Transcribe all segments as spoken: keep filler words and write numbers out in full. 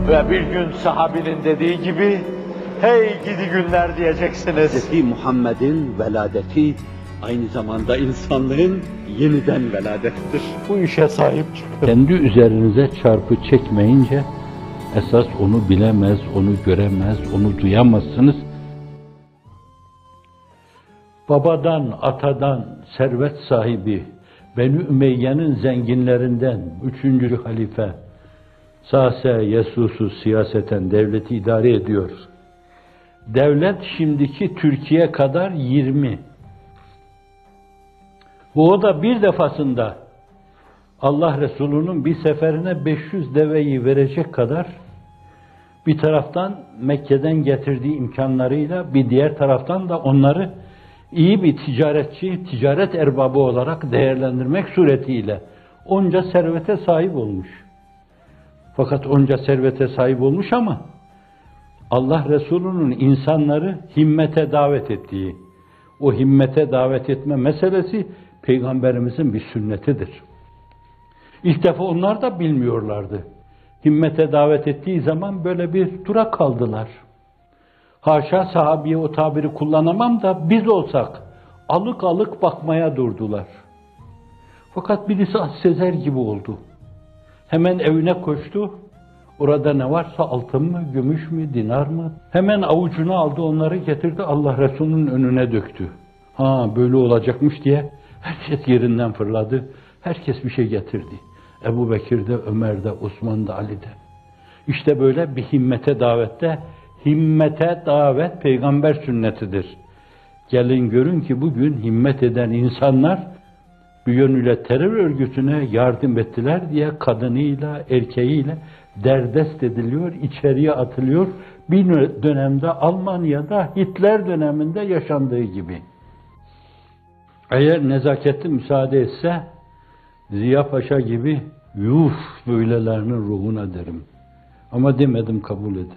Ve bir gün sahabinin dediği gibi, hey gidi günler diyeceksiniz. Hz. Muhammed'in veladeti aynı zamanda insanlığın yeniden veladettir. Bu işe sahip çıkın. Kendi üzerinize çarpı çekmeyince, esas onu bilemez, onu göremez, onu duyamazsınız. Babadan, atadan, servet sahibi, Beni Ümeyye'nin zenginlerinden, üçüncü halife, Sase Yesus'u siyaseten devleti idare ediyor. Devlet şimdiki Türkiye kadar yirmi. Bu o da bir defasında Allah Resulü'nün bir seferine beş yüz deveyi verecek kadar bir taraftan Mekke'den getirdiği imkanlarıyla bir diğer taraftan da onları iyi bir ticaretçi, ticaret erbabı olarak değerlendirmek suretiyle onca servete sahip olmuş. Fakat onca servete sahip olmuş ama Allah Resulü'nün insanları himmete davet ettiği, o himmete davet etme meselesi Peygamberimizin bir sünnetidir. İlk defa onlar da bilmiyorlardı. Himmete davet ettiği zaman böyle bir dura kaldılar. Haşa sahabiye o tabiri kullanamam da biz olsak alık alık bakmaya durdular. Fakat birisi Sezer gibi oldu. Hemen evine koştu. Orada ne varsa altın mı, gümüş mü, dinar mı? Hemen avucuna aldı onları getirdi Allah Resulü'nün önüne döktü. Ha böyle olacakmış diye herkes yerinden fırladı. Herkes bir şey getirdi. Ebu Bekir'de, Ömer'de, Osman'da, Ali'de. İşte böyle bir himmete davette, himmete davet peygamber sünnetidir. Gelin görün ki bugün himmet eden insanlar bir yönüyle terör örgütüne yardım ettiler diye kadınıyla, erkeğiyle derdest ediliyor, içeriye atılıyor. Bir dönemde Almanya'da Hitler döneminde yaşandığı gibi. Eğer nezaketi müsaade etse Ziya Paşa gibi yuh böylelerinin ruhuna derim. Ama demedim, kabul edin.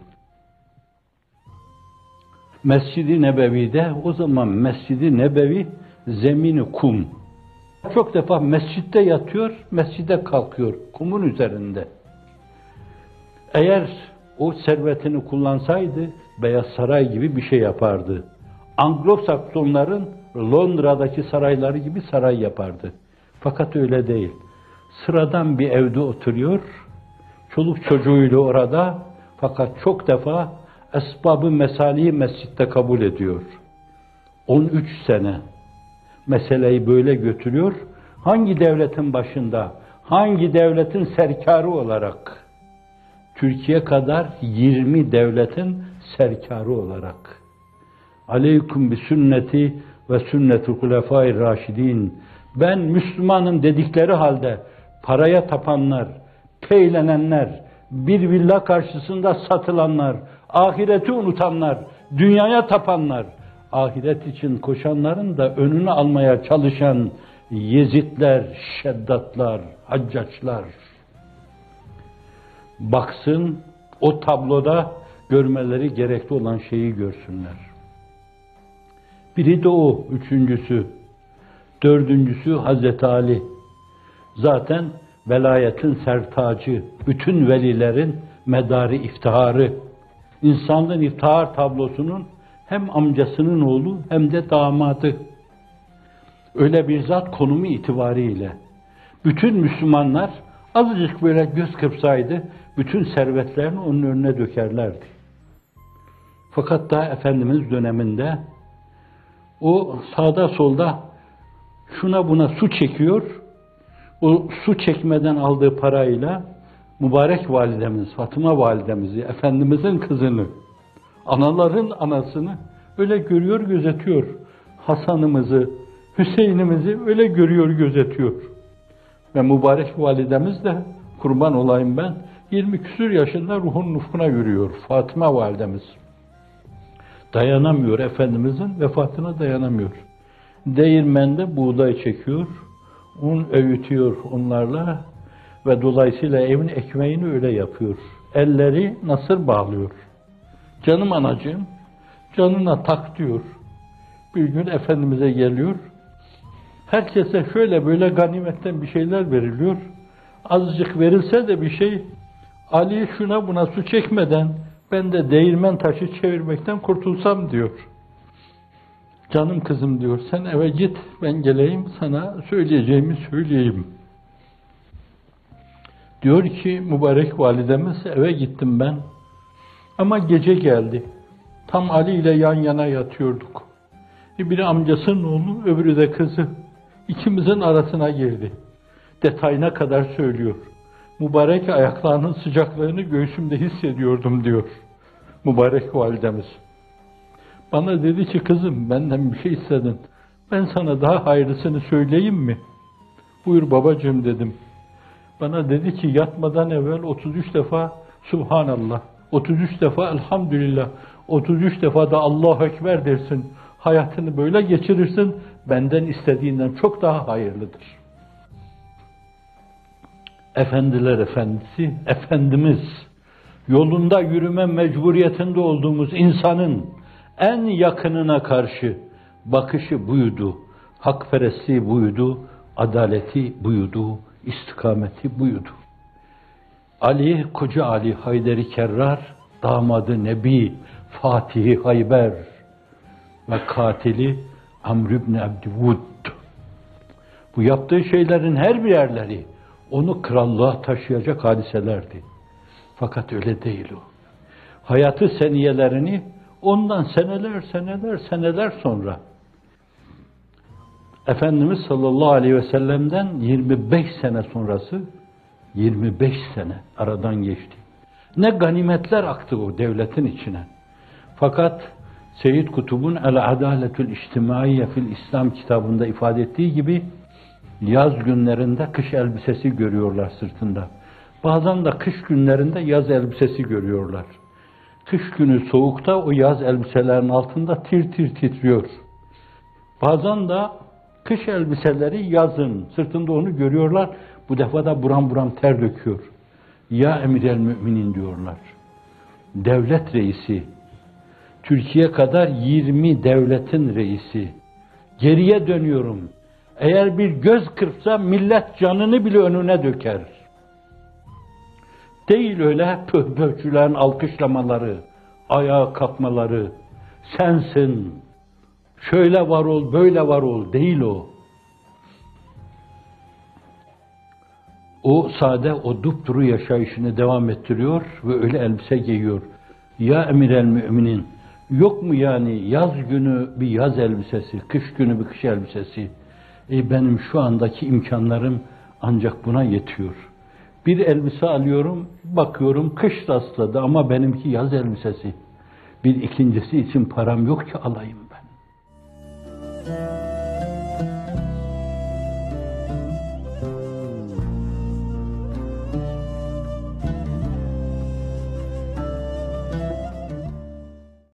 Mescid-i Nebevi'de o zaman Mescid-i Nebevi zemini kum. Çok defa mescitte yatıyor, mescide kalkıyor, kumun üzerinde. Eğer o servetini kullansaydı, Beyaz Saray gibi bir şey yapardı. Anglo-Saksonların Londra'daki sarayları gibi saray yapardı. Fakat öyle değil. Sıradan bir evde oturuyor, çoluk çocuğuyla orada, fakat çok defa esbab-ı mesalihi mescitte kabul ediyor. on üç sene. Meseleyi böyle götürüyor. Hangi devletin başında, hangi devletin serkarı olarak? Türkiye kadar yirmi devletin serkarı olarak. Aleyküm bi sünneti ve sünnetul hulefâi raşidin. Ben Müslümanım dedikleri halde paraya tapanlar, peylenenler, bir villa karşısında satılanlar, ahireti unutanlar, dünyaya tapanlar, ahiret için koşanların da önünü almaya çalışan Yezidler, Şeddatlar, Haccaçlar baksın, o tabloda görmeleri gerekli olan şeyi görsünler. Biri de o, üçüncüsü. Dördüncüsü Hazreti Ali. Zaten velayetin sertacı, bütün velilerin medarı iftiharı. İnsanlığın iftihar tablosunun hem amcasının oğlu hem de damadı. Öyle bir zat konumu itibariyle. Bütün Müslümanlar azıcık böyle göz kırpsaydı, bütün servetlerini onun önüne dökerlerdi. Fakat daha Efendimiz döneminde o sağda solda şuna buna su çekiyor, o su çekmeden aldığı parayla mübarek validemiz, Fatıma validemizi, Efendimizin kızını, anaların anasını öyle görüyor, gözetiyor. Hasan'ımızı, Hüseyin'imizi öyle görüyor, gözetiyor. Ve mübarek validemiz de, kurban olayım ben, yirmi küsur yaşında ruhun nufuna yürüyor. Fatıma validemiz. Dayanamıyor, Efendimizin vefatına dayanamıyor. Değirmende buğday çekiyor, un öğütüyor onlarla ve dolayısıyla evin ekmeğini öyle yapıyor. Elleri nasır bağlıyor. Canım anacığım, canına tak diyor. Bir gün Efendimiz'e geliyor. Herkese şöyle böyle ganimetten bir şeyler veriliyor. Azıcık verilse de bir şey, Ali şuna buna su çekmeden ben de değirmen taşı çevirmekten kurtulsam diyor. Canım kızım diyor, sen eve git, ben geleyim sana söyleyeceğimi söyleyeyim. Diyor ki mübarek validemiz, eve gittim ben ama gece geldi. Tam Ali ile yan yana yatıyorduk. Biri amcasının oğlu, öbürü de kızı. İkimizin arasına girdi. Detayına kadar söylüyor. Mübarek ayaklarının sıcaklığını göğsümde hissediyordum diyor mübarek validemiz. Bana dedi ki kızım benden bir şey istedin. Ben sana daha hayırlısını söyleyeyim mi? Buyur babacığım dedim. Bana dedi ki yatmadan evvel otuz üç defa Subhanallah, otuz üç defa Elhamdülillah, otuz üç defa da Allahu Ekber dersin. Hayatını böyle geçirirsin, benden istediğinden çok daha hayırlıdır. Efendiler efendisi, Efendimiz, yolunda yürüme mecburiyetinde olduğumuz insanın en yakınına karşı bakışı buydu, hakperestliği buydu, adaleti buydu, istikameti buydu. Ali, koca Ali Haydar-ı Kerrar, damadı Nebi, Fatihi Hayber ve katili Amr ibn Abdüvud. Bu yaptığı şeylerin her birerleri onu krallığa taşıyacak hadiselerdi. Fakat öyle değil o. Hayatı seniyelerini ondan seneler seneler seneler sonra Efendimiz sallallahu aleyhi ve sellem'den yirmi beş sene sonrası, yirmi beş sene aradan geçti. Ne ganimetler aktı o devletin içine. Fakat Seyyid Kutub'un El-Adaletül İçtimaiye fil İslam kitabında ifade ettiği gibi yaz günlerinde kış elbisesi görüyorlar sırtında. Bazen de kış günlerinde yaz elbisesi görüyorlar. Kış günü soğukta o yaz elbiselerin altında tir tir titriyor. Bazen de kış elbiseleri yazın sırtında onu görüyorlar. Bu defa da buram buram ter döküyor. Ya emir-el müminin diyorlar. Devlet reisi, Türkiye kadar yirmi devletin reisi. Geriye dönüyorum. Eğer bir göz kırpsa millet canını bile önüne döker. Değil öyle pöhpöhçülerin alkışlamaları, ayağa kalkmaları, sensin, şöyle var ol, böyle var ol, değil o. O sade, o dupduru yaşayışını devam ettiriyor ve öyle elbise giyiyor. Ya emir-el müminin, yok mu yani yaz günü bir yaz elbisesi, kış günü bir kış elbisesi? E benim şu andaki imkanlarım ancak buna yetiyor. Bir elbise alıyorum, bakıyorum kış rastladı ama benimki yaz elbisesi. Bir ikincisi için param yok ki alayım.